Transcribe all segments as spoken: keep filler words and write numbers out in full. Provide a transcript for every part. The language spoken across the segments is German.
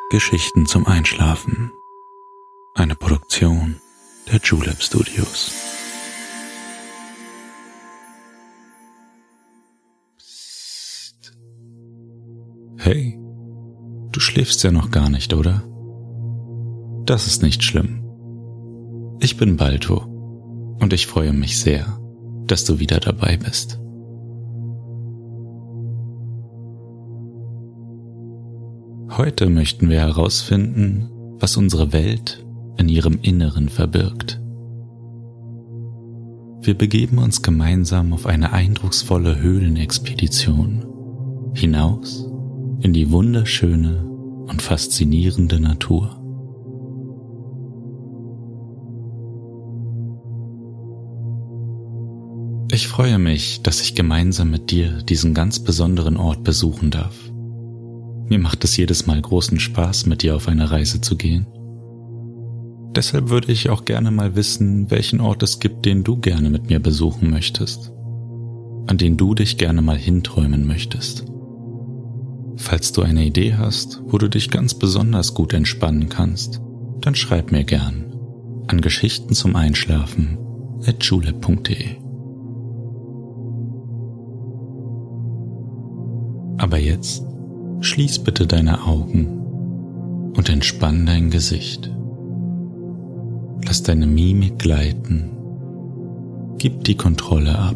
Geschichten zum Einschlafen. Eine Produktion der Julep Studios. Psst. Hey, du schläfst ja noch gar nicht, oder? Das ist nicht schlimm. Ich bin Balto und ich freue mich sehr, dass du wieder dabei bist. Heute möchten wir herausfinden, was unsere Welt in ihrem Inneren verbirgt. Wir begeben uns gemeinsam auf eine eindrucksvolle Höhlenexpedition hinaus in die wunderschöne und faszinierende Natur. Ich freue mich, dass ich gemeinsam mit dir diesen ganz besonderen Ort besuchen darf. Mir macht es jedes Mal großen Spaß, mit dir auf eine Reise zu gehen. Deshalb würde ich auch gerne mal wissen, welchen Ort es gibt, den du gerne mit mir besuchen möchtest, an den du dich gerne mal hinträumen möchtest. Falls du eine Idee hast, wo du dich ganz besonders gut entspannen kannst, dann schreib mir gern an Geschichten zum Einschlafen at julep punkt de. Aber jetzt schließ bitte deine Augen und entspann dein Gesicht. Lass deine Mimik gleiten. Gib die Kontrolle ab.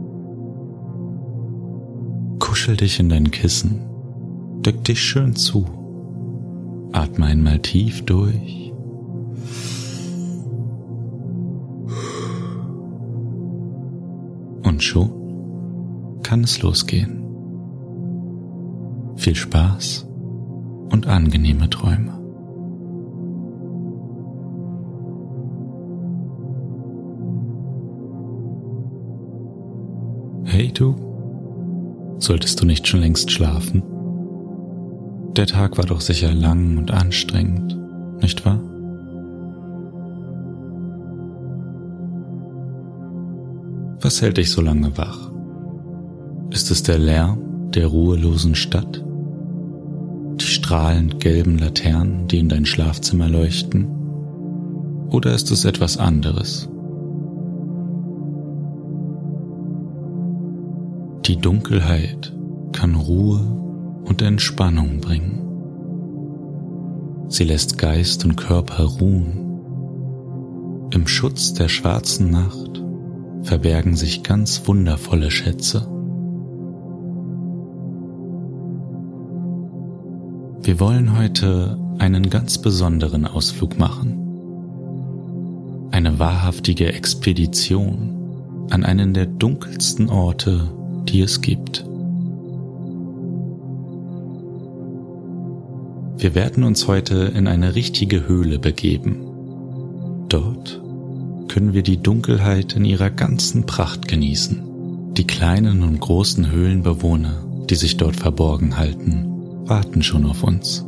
Kuschel dich in dein Kissen. Deck dich schön zu. Atme einmal tief durch. Und schon kann es losgehen. Viel Spaß und angenehme Träume. Hey du, solltest du nicht schon längst schlafen? Der Tag war doch sicher lang und anstrengend, nicht wahr? Was hält dich so lange wach? Ist es der Lärm der ruhelosen Stadt? Die strahlend gelben Laternen, die in dein Schlafzimmer leuchten? Oder ist es etwas anderes? Die Dunkelheit kann Ruhe und Entspannung bringen. Sie lässt Geist und Körper ruhen. Im Schutz der schwarzen Nacht verbergen sich ganz wundervolle Schätze. Wir wollen heute einen ganz besonderen Ausflug machen. Eine wahrhaftige Expedition an einen der dunkelsten Orte, die es gibt. Wir werden uns heute in eine richtige Höhle begeben. Dort können wir die Dunkelheit in ihrer ganzen Pracht genießen. Die kleinen und großen Höhlenbewohner, die sich dort verborgen halten, warten schon auf uns.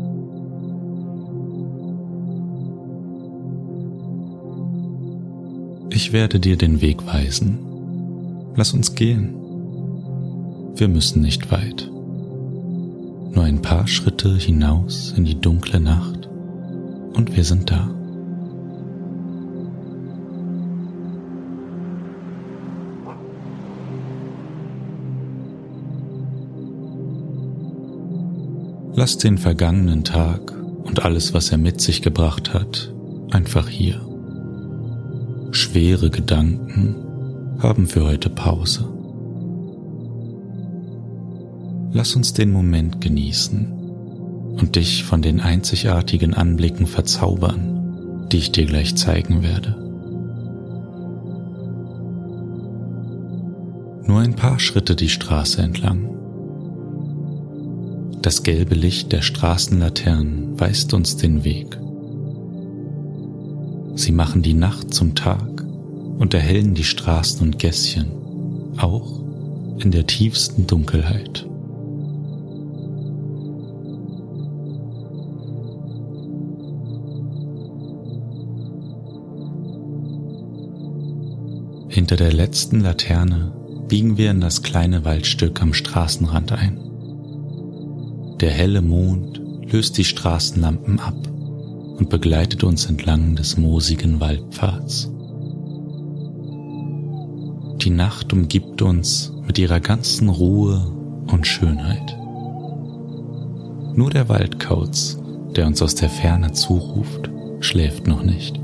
Ich werde dir den Weg weisen. Lass uns gehen. Wir müssen nicht weit. Nur ein paar Schritte hinaus in die dunkle Nacht und wir sind da. Lass den vergangenen Tag und alles, was er mit sich gebracht hat, einfach hier. Schwere Gedanken haben für heute Pause. Lass uns den Moment genießen und dich von den einzigartigen Anblicken verzaubern, die ich dir gleich zeigen werde. Nur ein paar Schritte die Straße entlang. Das gelbe Licht der Straßenlaternen weist uns den Weg. Sie machen die Nacht zum Tag und erhellen die Straßen und Gässchen, auch in der tiefsten Dunkelheit. Hinter der letzten Laterne biegen wir in das kleine Waldstück am Straßenrand ein. Der helle Mond löst die Straßenlampen ab und begleitet uns entlang des moosigen Waldpfads. Die Nacht umgibt uns mit ihrer ganzen Ruhe und Schönheit. Nur der Waldkauz, der uns aus der Ferne zuruft, schläft noch nicht.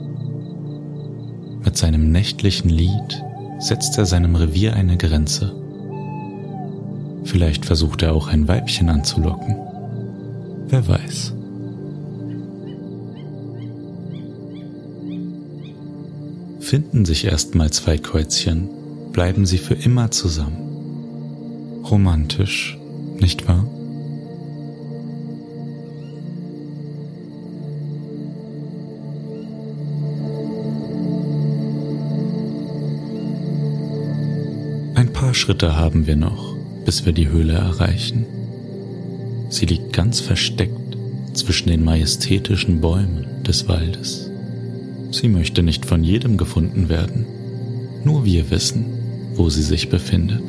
Mit seinem nächtlichen Lied setzt er seinem Revier eine Grenze. Vielleicht versucht er auch ein Weibchen anzulocken. Wer weiß. Finden sich erstmal zwei Käuzchen, bleiben sie für immer zusammen. Romantisch, nicht wahr? Ein paar Schritte haben wir noch, bis wir die Höhle erreichen. Sie liegt ganz versteckt zwischen den majestätischen Bäumen des Waldes. Sie möchte nicht von jedem gefunden werden. Nur wir wissen, wo sie sich befindet.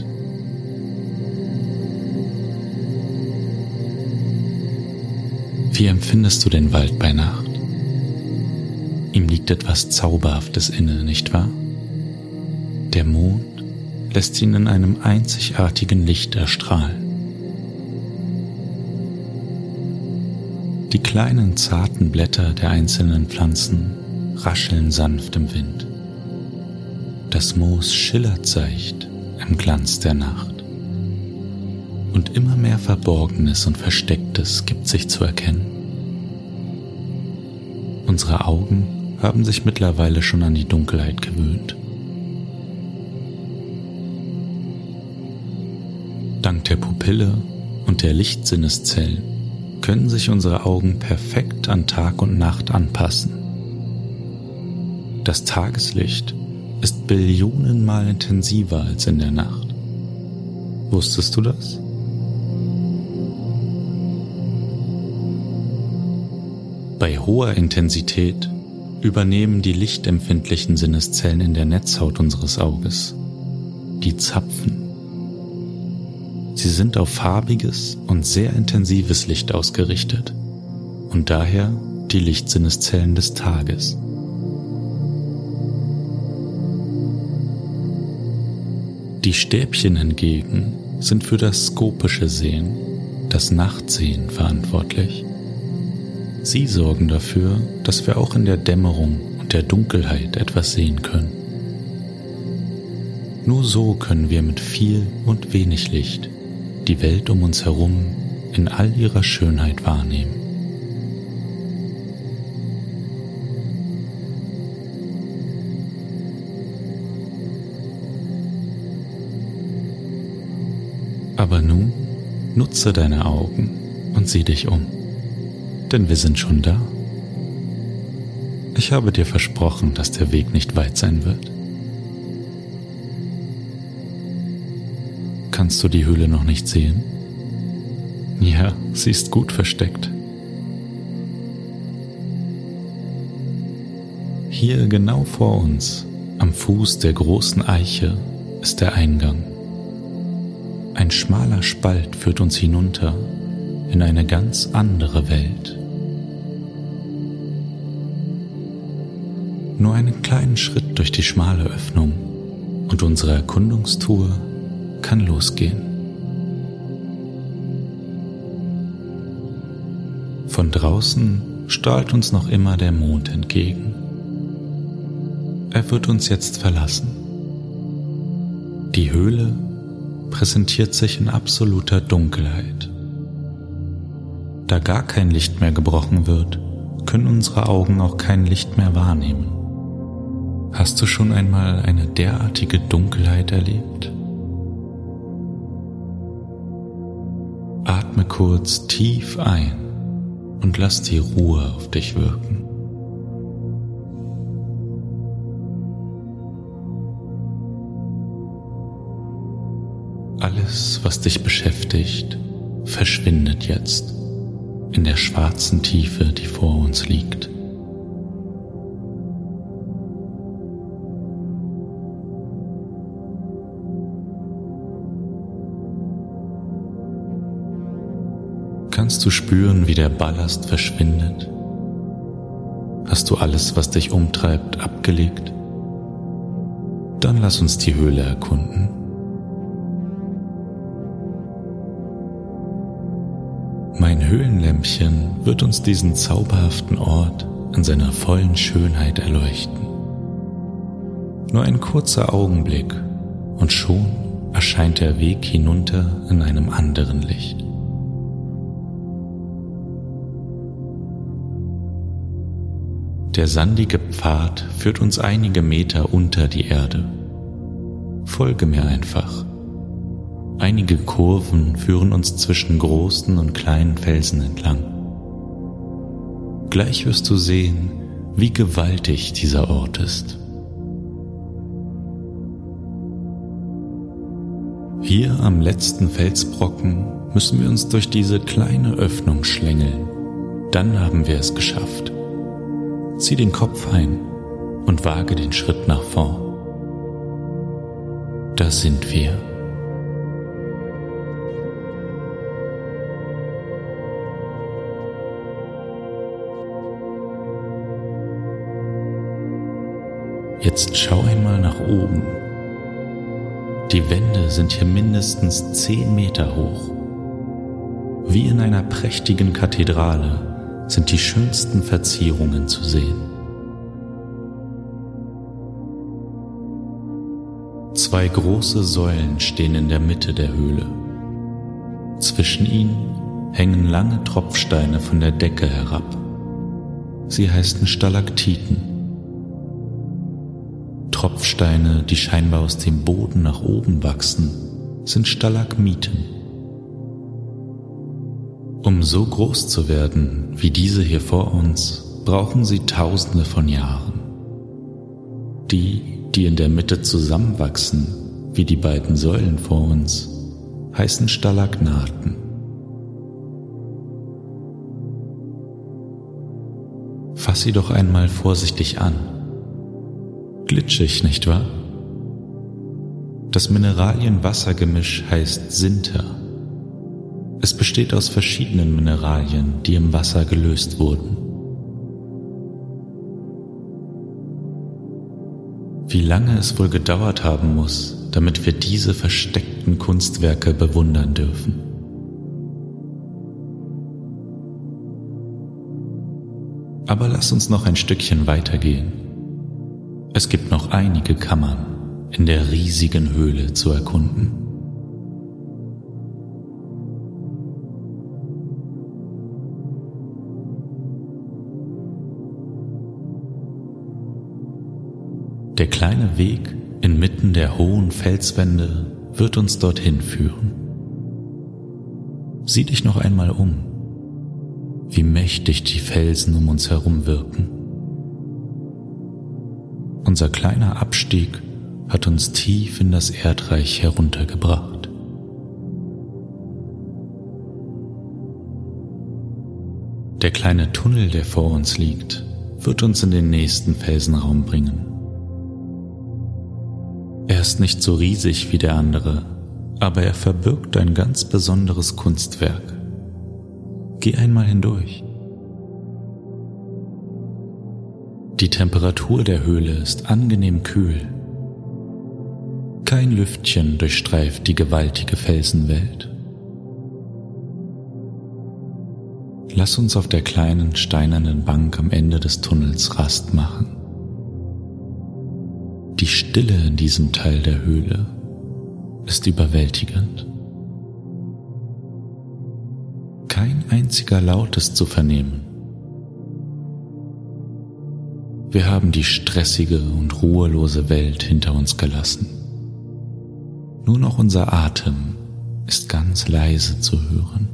Wie empfindest du den Wald bei Nacht? Ihm liegt etwas Zauberhaftes inne, nicht wahr? Der Mond lässt ihn in einem einzigartigen Licht erstrahlen. Die kleinen zarten Blätter der einzelnen Pflanzen rascheln sanft im Wind. Das Moos schillert seicht im Glanz der Nacht. Und immer mehr Verborgenes und Verstecktes gibt sich zu erkennen. Unsere Augen haben sich mittlerweile schon an die Dunkelheit gewöhnt. Dank der Pupille und der Lichtsinneszellen können sich unsere Augen perfekt an Tag und Nacht anpassen. Das Tageslicht ist billionenmal intensiver als in der Nacht. Wusstest du das? Bei hoher Intensität übernehmen die lichtempfindlichen Sinneszellen in der Netzhaut unseres Auges die Zapfen. Sie sind auf farbiges und sehr intensives Licht ausgerichtet und daher die Lichtsinneszellen des Tages. Die Stäbchen hingegen sind für das skopische Sehen, das Nachtsehen verantwortlich. Sie sorgen dafür, dass wir auch in der Dämmerung und der Dunkelheit etwas sehen können. Nur so können wir mit viel und wenig Licht die Welt um uns herum in all ihrer Schönheit wahrnehmen. Aber nun nutze deine Augen und sieh dich um, denn wir sind schon da. Ich habe dir versprochen, dass der Weg nicht weit sein wird. Kannst du die Höhle noch nicht sehen? Ja, sie ist gut versteckt. Hier genau vor uns, am Fuß der großen Eiche, ist der Eingang. Ein schmaler Spalt führt uns hinunter in eine ganz andere Welt. Nur einen kleinen Schritt durch die schmale Öffnung und unsere Erkundungstour kann losgehen. Von draußen strahlt uns noch immer der Mond entgegen. Er wird uns jetzt verlassen. Die Höhle präsentiert sich in absoluter Dunkelheit. Da gar kein Licht mehr gebrochen wird, können unsere Augen auch kein Licht mehr wahrnehmen. Hast du schon einmal eine derartige Dunkelheit erlebt? Atme kurz tief ein und lass die Ruhe auf dich wirken. Alles, was dich beschäftigt, verschwindet jetzt in der schwarzen Tiefe, die vor uns liegt. Kannst du spüren, wie der Ballast verschwindet? Hast du alles, was dich umtreibt, abgelegt? Dann lass uns die Höhle erkunden. Mein Höhlenlämpchen wird uns diesen zauberhaften Ort in seiner vollen Schönheit erleuchten. Nur ein kurzer Augenblick und schon erscheint der Weg hinunter in einem anderen Licht. Der sandige Pfad führt uns einige Meter unter die Erde. Folge mir einfach. Einige Kurven führen uns zwischen großen und kleinen Felsen entlang. Gleich wirst du sehen, wie gewaltig dieser Ort ist. Hier am letzten Felsbrocken müssen wir uns durch diese kleine Öffnung schlängeln. Dann haben wir es geschafft. Zieh den Kopf ein und wage den Schritt nach vorn. Da sind wir. Jetzt schau einmal nach oben. Die Wände sind hier mindestens zehn Meter hoch. Wie in einer prächtigen Kathedrale sind die schönsten Verzierungen zu sehen. Zwei große Säulen stehen in der Mitte der Höhle. Zwischen ihnen hängen lange Tropfsteine von der Decke herab. Sie heißen Stalaktiten. Tropfsteine, die scheinbar aus dem Boden nach oben wachsen, sind Stalagmiten. Um so groß zu werden wie diese hier vor uns, brauchen sie Tausende von Jahren. Die, die in der Mitte zusammenwachsen, wie die beiden Säulen vor uns, heißen Stalagnaten. Fass sie doch einmal vorsichtig an. Glitschig, nicht wahr? Das Mineralien-Wasser-Gemisch heißt Sinter. Es besteht aus verschiedenen Mineralien, die im Wasser gelöst wurden. Wie lange es wohl gedauert haben muss, damit wir diese versteckten Kunstwerke bewundern dürfen. Aber lass uns noch ein Stückchen weitergehen. Es gibt noch einige Kammern in der riesigen Höhle zu erkunden. Der kleine Weg inmitten der hohen Felswände wird uns dorthin führen. Sieh dich noch einmal um, wie mächtig die Felsen um uns herum wirken. Unser kleiner Abstieg hat uns tief in das Erdreich heruntergebracht. Der kleine Tunnel, der vor uns liegt, wird uns in den nächsten Felsenraum bringen. Er ist nicht so riesig wie der andere, aber er verbirgt ein ganz besonderes Kunstwerk. Geh einmal hindurch. Die Temperatur der Höhle ist angenehm kühl. Kein Lüftchen durchstreift die gewaltige Felsenwelt. Lass uns auf der kleinen steinernen Bank am Ende des Tunnels Rast machen. Die Stille in diesem Teil der Höhle ist überwältigend. Kein einziger Laut ist zu vernehmen. Wir haben die stressige und ruhelose Welt hinter uns gelassen. Nur noch unser Atem ist ganz leise zu hören.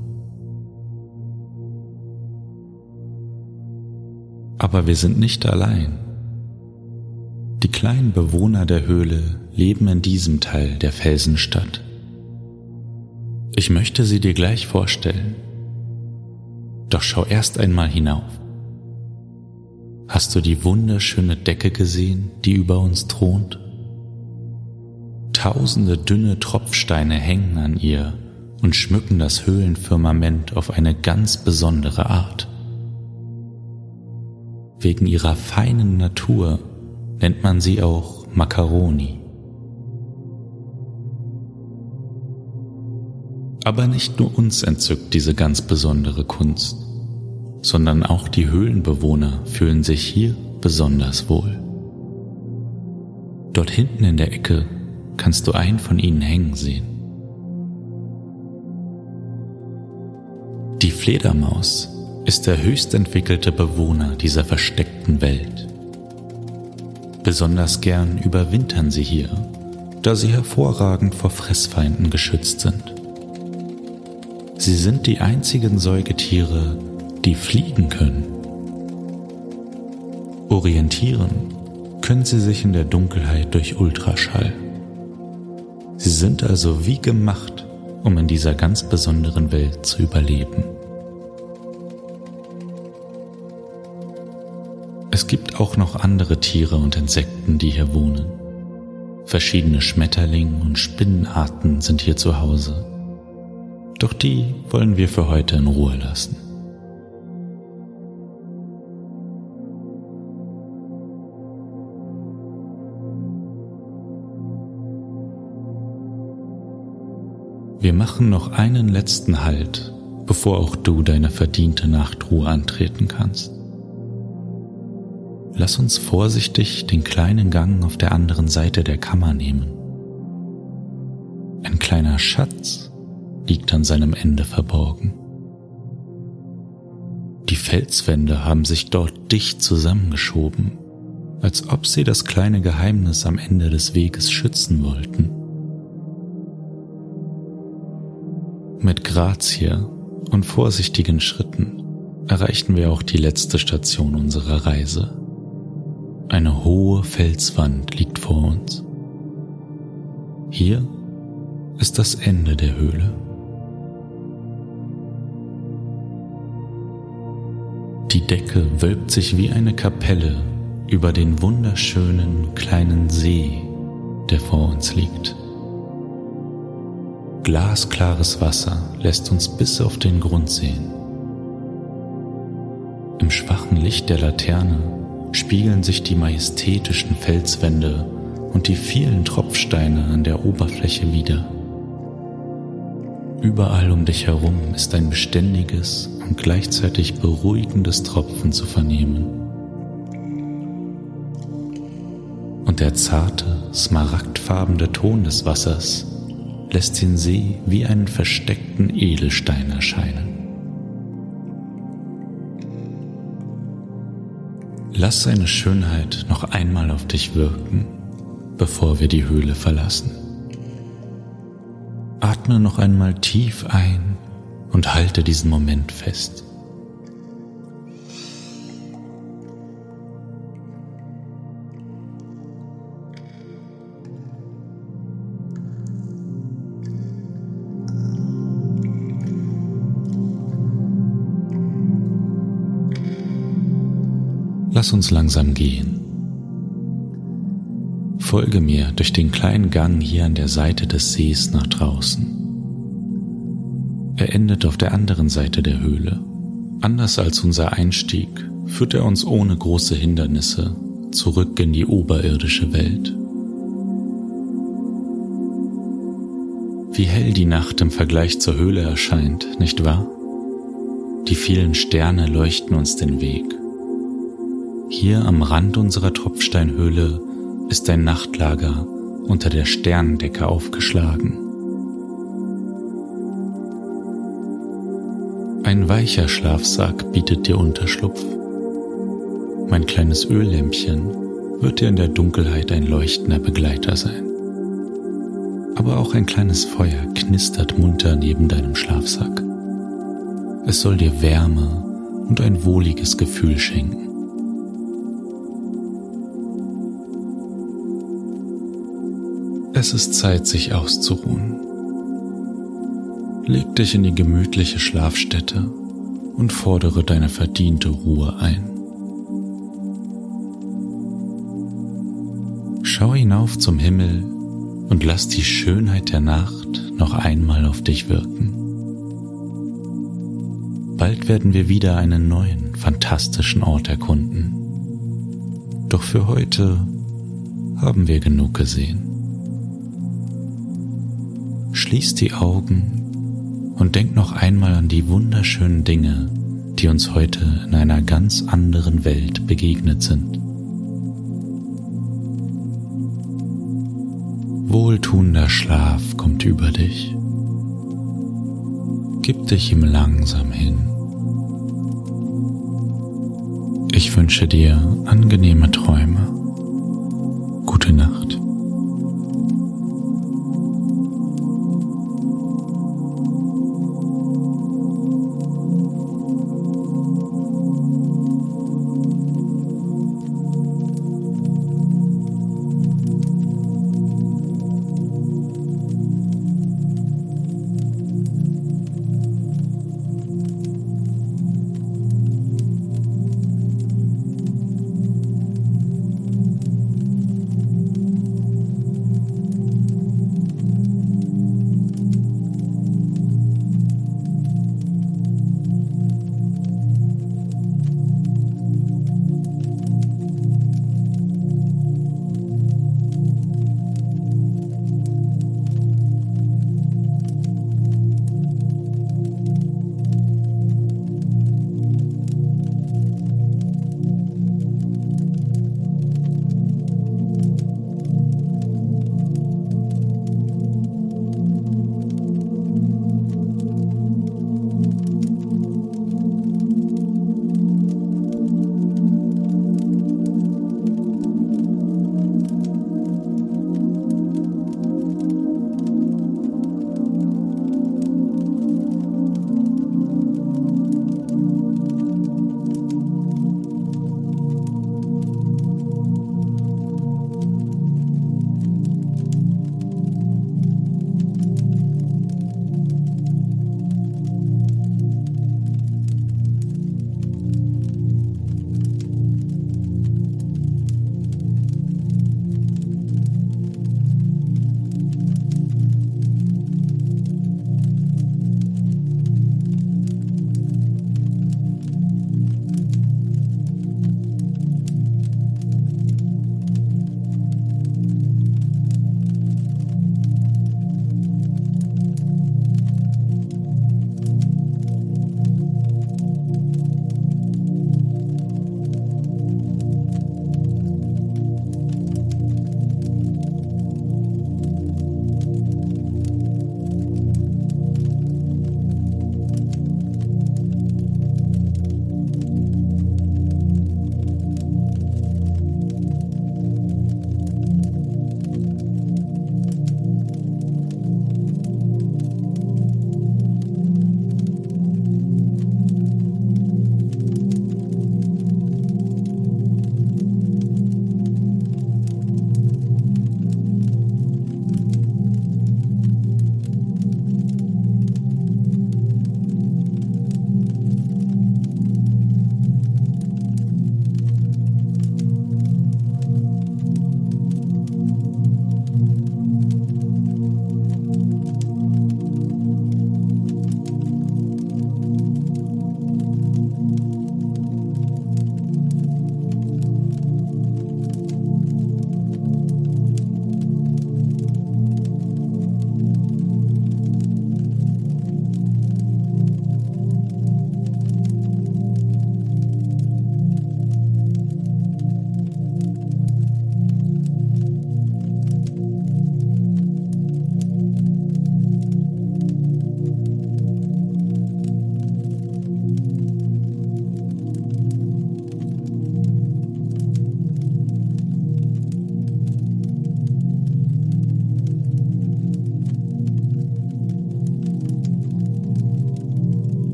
Aber wir sind nicht allein. Die kleinen Bewohner der Höhle leben in diesem Teil der Felsenstadt. Ich möchte sie dir gleich vorstellen. Doch schau erst einmal hinauf. Hast du die wunderschöne Decke gesehen, die über uns thront? Tausende dünne Tropfsteine hängen an ihr und schmücken das Höhlenfirmament auf eine ganz besondere Art. Wegen ihrer feinen Natur nennt man sie auch Macaroni. Aber nicht nur uns entzückt diese ganz besondere Kunst, sondern auch die Höhlenbewohner fühlen sich hier besonders wohl. Dort hinten in der Ecke kannst du einen von ihnen hängen sehen. Die Fledermaus ist der höchst entwickelte Bewohner dieser versteckten Welt. Besonders gern überwintern sie hier, da sie hervorragend vor Fressfeinden geschützt sind. Sie sind die einzigen Säugetiere, die fliegen können. Orientieren können sie sich in der Dunkelheit durch Ultraschall. Sie sind also wie gemacht, um in dieser ganz besonderen Welt zu überleben. Es gibt auch noch andere Tiere und Insekten, die hier wohnen. Verschiedene Schmetterlinge und Spinnenarten sind hier zu Hause. Doch die wollen wir für heute in Ruhe lassen. Wir machen noch einen letzten Halt, bevor auch du deine verdiente Nachtruhe antreten kannst. Lass uns vorsichtig den kleinen Gang auf der anderen Seite der Kammer nehmen. Ein kleiner Schatz liegt an seinem Ende verborgen. Die Felswände haben sich dort dicht zusammengeschoben, als ob sie das kleine Geheimnis am Ende des Weges schützen wollten. Mit Grazie und vorsichtigen Schritten erreichen wir auch die letzte Station unserer Reise. Eine hohe Felswand liegt vor uns. Hier ist das Ende der Höhle. Die Decke wölbt sich wie eine Kapelle über den wunderschönen kleinen See, der vor uns liegt. Glasklares Wasser lässt uns bis auf den Grund sehen. Im schwachen Licht der Laterne spiegeln sich die majestätischen Felswände und die vielen Tropfsteine an der Oberfläche wider. Überall um dich herum ist ein beständiges und gleichzeitig beruhigendes Tropfen zu vernehmen. Und der zarte, smaragdfarbene Ton des Wassers lässt den See wie einen versteckten Edelstein erscheinen. Lass seine Schönheit noch einmal auf dich wirken, bevor wir die Höhle verlassen. Atme noch einmal tief ein und halte diesen Moment fest. Lass uns langsam gehen. Folge mir durch den kleinen Gang hier an der Seite des Sees nach draußen. Er endet auf der anderen Seite der Höhle. Anders als unser Einstieg führt er uns ohne große Hindernisse zurück in die oberirdische Welt. Wie hell die Nacht im Vergleich zur Höhle erscheint, nicht wahr? Die vielen Sterne leuchten uns den Weg. Hier am Rand unserer Tropfsteinhöhle ist ein Nachtlager unter der Sternendecke aufgeschlagen. Ein weicher Schlafsack bietet dir Unterschlupf. Mein kleines Öllämpchen wird dir in der Dunkelheit ein leuchtender Begleiter sein. Aber auch ein kleines Feuer knistert munter neben deinem Schlafsack. Es soll dir Wärme und ein wohliges Gefühl schenken. Es ist Zeit, sich auszuruhen. Leg dich in die gemütliche Schlafstätte und fordere deine verdiente Ruhe ein. Schau hinauf zum Himmel und lass die Schönheit der Nacht noch einmal auf dich wirken. bald werden wir wieder einen neuen, fantastischen Ort erkunden. Doch für heute haben wir genug gesehen. Schließ die Augen und denk noch einmal an die wunderschönen Dinge, die uns heute in einer ganz anderen Welt begegnet sind. Wohltuender Schlaf kommt über dich. Gib dich ihm langsam hin. Ich wünsche dir angenehme Träume. Gute Nacht.